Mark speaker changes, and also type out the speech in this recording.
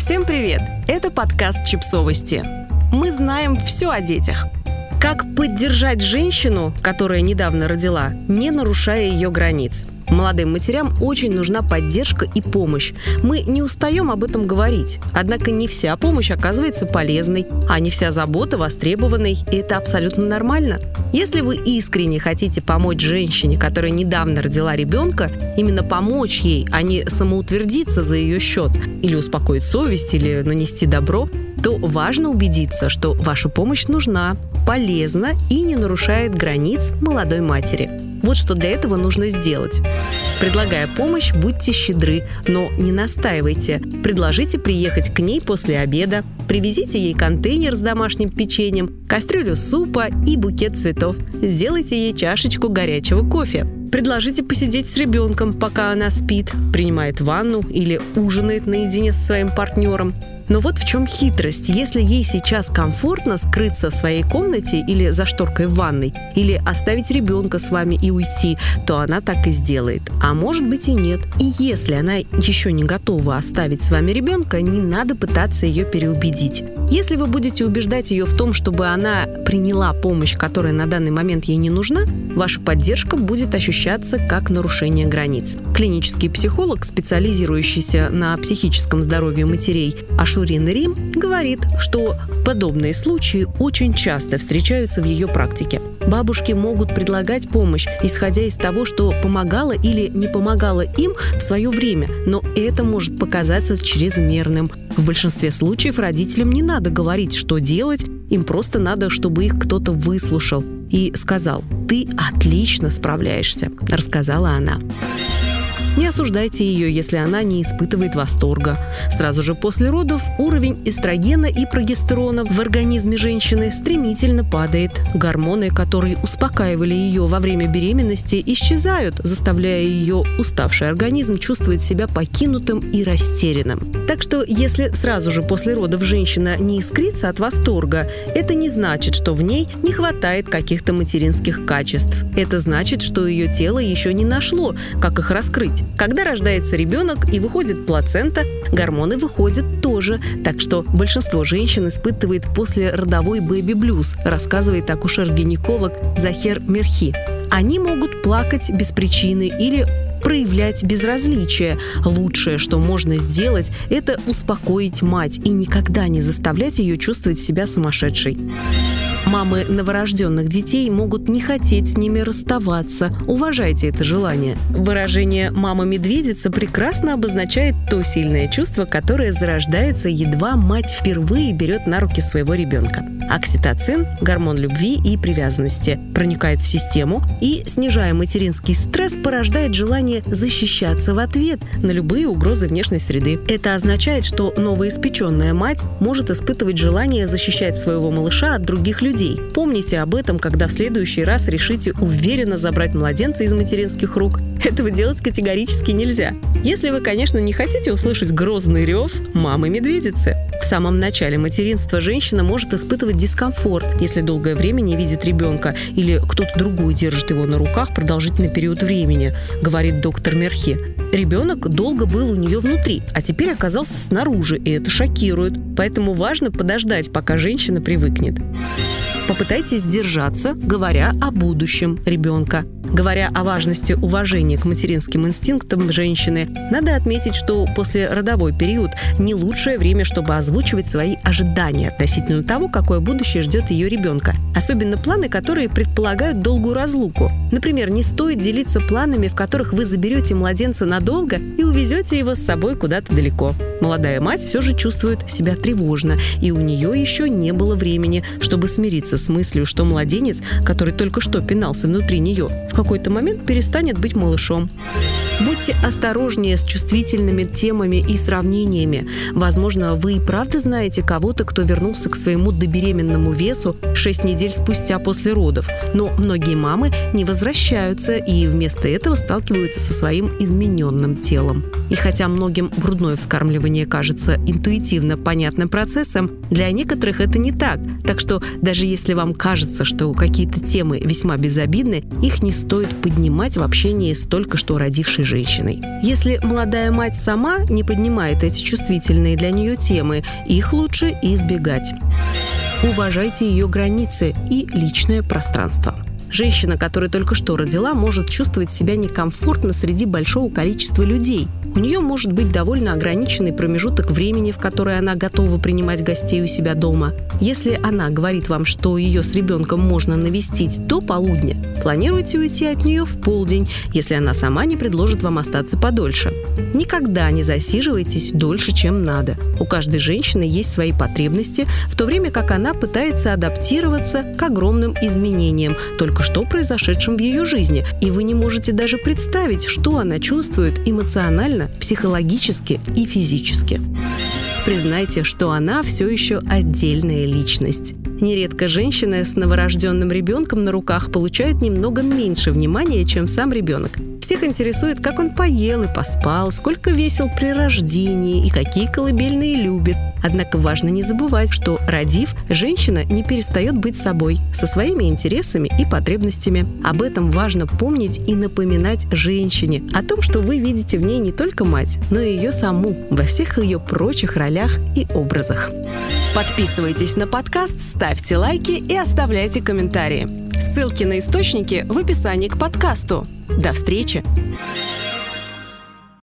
Speaker 1: Всем привет! Это подкаст «Чипсовости». Мы знаем все о детях. Как поддержать женщину, которая недавно родила, не нарушая ее границ? Молодым матерям очень нужна поддержка и помощь. Мы не устаем об этом говорить. Однако не вся помощь оказывается полезной, а не вся забота востребованной, и это абсолютно нормально. Если вы искренне хотите помочь женщине, которая недавно родила ребенка, именно помочь ей, а не самоутвердиться за ее счет, или успокоить совесть, или нанести добро, то важно убедиться, что ваша помощь нужна, полезна и не нарушает границ молодой матери. Вот что для этого нужно сделать. Предлагая помощь, будьте щедры, но не настаивайте. Предложите приехать к ней после обеда, привезите ей контейнер с домашним печеньем, кастрюлю супа и букет цветов. Сделайте ей чашечку горячего кофе. Предложите посидеть с ребенком, пока она спит, принимает ванну или ужинает наедине со своим партнером. Но вот в чем хитрость. Если ей сейчас комфортно скрыться в своей комнате или за шторкой в ванной, или оставить ребенка с вами и уйти, то она так и сделает. А может быть и нет. И если она еще не готова оставить с вами ребенка, не надо пытаться ее переубедить. Если вы будете убеждать ее в том, чтобы она приняла помощь, которая на данный момент ей не нужна, ваша поддержка будет ощущаться как нарушение границ. Клинический психолог, специализирующийся на психическом здоровье матерей, Ашурин Рим, говорит, что подобные случаи очень часто встречаются в ее практике. Бабушки могут предлагать помощь, исходя из того, что помогало или не помогало им в свое время, но это может показаться чрезмерным. В большинстве случаев родителям не надо говорить, что делать, им просто надо, чтобы их кто-то выслушал и сказал: «Ты отлично справляешься», — рассказала она. Не осуждайте ее, если она не испытывает восторга. Сразу же после родов уровень эстрогена и прогестерона в организме женщины стремительно падает. Гормоны, которые успокаивали ее во время беременности, исчезают, заставляя ее уставший организм чувствовать себя покинутым и растерянным. Так что, если сразу же после родов женщина не искрится от восторга, это не значит, что в ней не хватает каких-то материнских качеств. Это значит, что ее тело еще не нашло, как их раскрыть. Когда рождается ребенок и выходит плацента, гормоны выходят тоже. Так что большинство женщин испытывает послеродовой бэби-блюз, рассказывает акушер-гинеколог Захер Мерхи. Они могут плакать без причины или проявлять безразличие. Лучшее, что можно сделать, это успокоить мать и никогда не заставлять ее чувствовать себя сумасшедшей. Мамы новорожденных детей могут не хотеть с ними расставаться. Уважайте это желание. Выражение «мама-медведица» прекрасно обозначает то сильное чувство, которое зарождается, едва мать впервые берет на руки своего ребенка. Окситоцин, гормон любви и привязанности, проникает в систему и, снижая материнский стресс, порождает желание защищаться в ответ на любые угрозы внешней среды. Это означает, что новоиспеченная мать может испытывать желание защищать своего малыша от других людей. Помните об этом, когда в следующий раз решите уверенно забрать младенца из материнских рук. Этого делать категорически нельзя. Если вы, конечно, не хотите услышать грозный рев мамы-медведицы. В самом начале материнства женщина может испытывать дискомфорт, если долгое время не видит ребенка или кто-то другой держит его на руках продолжительный период времени, говорит доктор Мерхи. Ребенок долго был у нее внутри, а теперь оказался снаружи, и это шокирует. Поэтому важно подождать, пока женщина привыкнет. Попытайтесь сдержаться, говоря о будущем ребенка. Говоря о важности уважения к материнским инстинктам женщины, надо отметить, что послеродовой период не лучшее время, чтобы озвучивать свои ожидания относительно того, какое будущее ждет ее ребенка. Особенно планы, которые предполагают долгую разлуку. Например, не стоит делиться планами, в которых вы заберете младенца надолго и увезете его с собой куда-то далеко. Молодая мать все же чувствует себя тревожно, и у нее еще не было времени, чтобы смириться с мыслью, что младенец, который только что пинался внутри нее, в какой-то момент перестанет быть малышом. Будьте осторожнее с чувствительными темами и сравнениями. Возможно, вы и правда знаете кого-то, кто вернулся к своему добеременному весу 6 недель спустя после родов. Но многие мамы не возвращаются и вместо этого сталкиваются со своим измененным телом. И хотя многим грудное вскармливание кажется интуитивно понятным процессом, для некоторых это не так. Так что даже если вам кажется, что какие-то темы весьма безобидны, их не стоит поднимать в общении с только что родившей женщиной. Если молодая мать сама не поднимает эти чувствительные для нее темы, их лучше избегать. Уважайте ее границы и личное пространство. Женщина, которая только что родила, может чувствовать себя некомфортно среди большого количества людей. У нее может быть довольно ограниченный промежуток времени, в который она готова принимать гостей у себя дома. Если она говорит вам, что ее с ребенком можно навестить до полудня, планируйте уйти от нее в полдень, если она сама не предложит вам остаться подольше. Никогда не засиживайтесь дольше, чем надо. У каждой женщины есть свои потребности, в то время как она пытается адаптироваться к огромным изменениям, только что произошедшим в ее жизни, и вы не можете даже представить, что она чувствует эмоционально, психологически и физически. Признайте, что она все еще отдельная личность. Нередко женщины с новорожденным ребенком на руках получают немного меньше внимания, чем сам ребенок. Всех интересует, как он поел и поспал, сколько весил при рождении и какие колыбельные любит. Однако важно не забывать, что, родив, женщина не перестает быть собой, со своими интересами и потребностями. Об этом важно помнить и напоминать женщине, о том, что вы видите в ней не только мать, но и ее саму, во всех ее прочих ролях и образах. Подписывайтесь на подкаст, ставьте лайки и оставляйте комментарии. Ссылки на источники в описании к подкасту. До встречи!